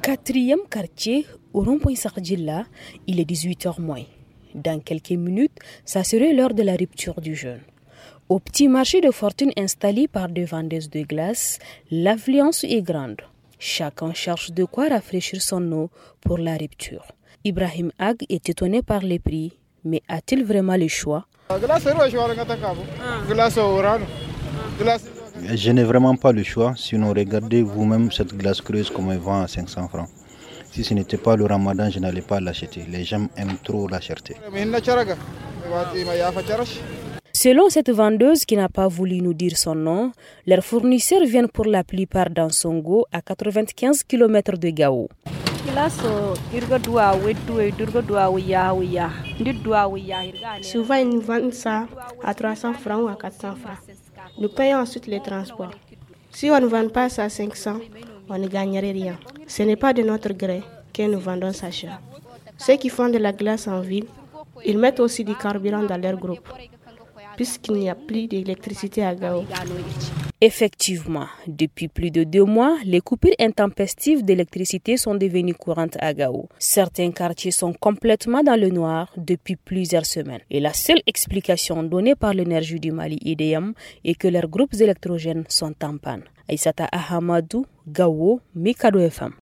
Quatrième quartier, au rond-point Sarjilla, il est 18h moins. Dans quelques minutes, ça serait l'heure de la rupture du jeûne. Au petit marché de fortune installé par deux vendeuses de glace, l'affluence est grande. Chacun cherche de quoi rafraîchir son eau pour la rupture. Ibrahim Ag est étonné par les prix, mais a-t-il vraiment le choix? Je n'ai vraiment pas le choix, sinon regardez vous-même cette glace creuse comme elle vend à 500 francs. Si ce n'était pas le ramadan, je n'allais pas l'acheter. Les gens aiment trop la cherté. Selon cette vendeuse qui n'a pas voulu nous dire son nom, leurs fournisseurs viennent pour la plupart d'Ansongo, à 95 km de Gao. Souvent, ils nous vendent ça à 300 francs ou à 400 francs. Nous payons ensuite les transports. Si on ne vend pas ça à 500, on ne gagnerait rien. Ce n'est pas de notre gré que nous vendons ça cher. Ceux qui font de la glace en ville, ils mettent aussi du carburant dans leur groupe, puisqu'il n'y a plus d'électricité à Gao. Effectivement, depuis plus de 2 mois, les coupures intempestives d'électricité sont devenues courantes à Gao. Certains quartiers sont complètement dans le noir depuis plusieurs semaines. Et la seule explication donnée par l'énergie du Mali IDM est que leurs groupes électrogènes sont en panne. Aïssata Ahamadou, Gao, Mikado FM.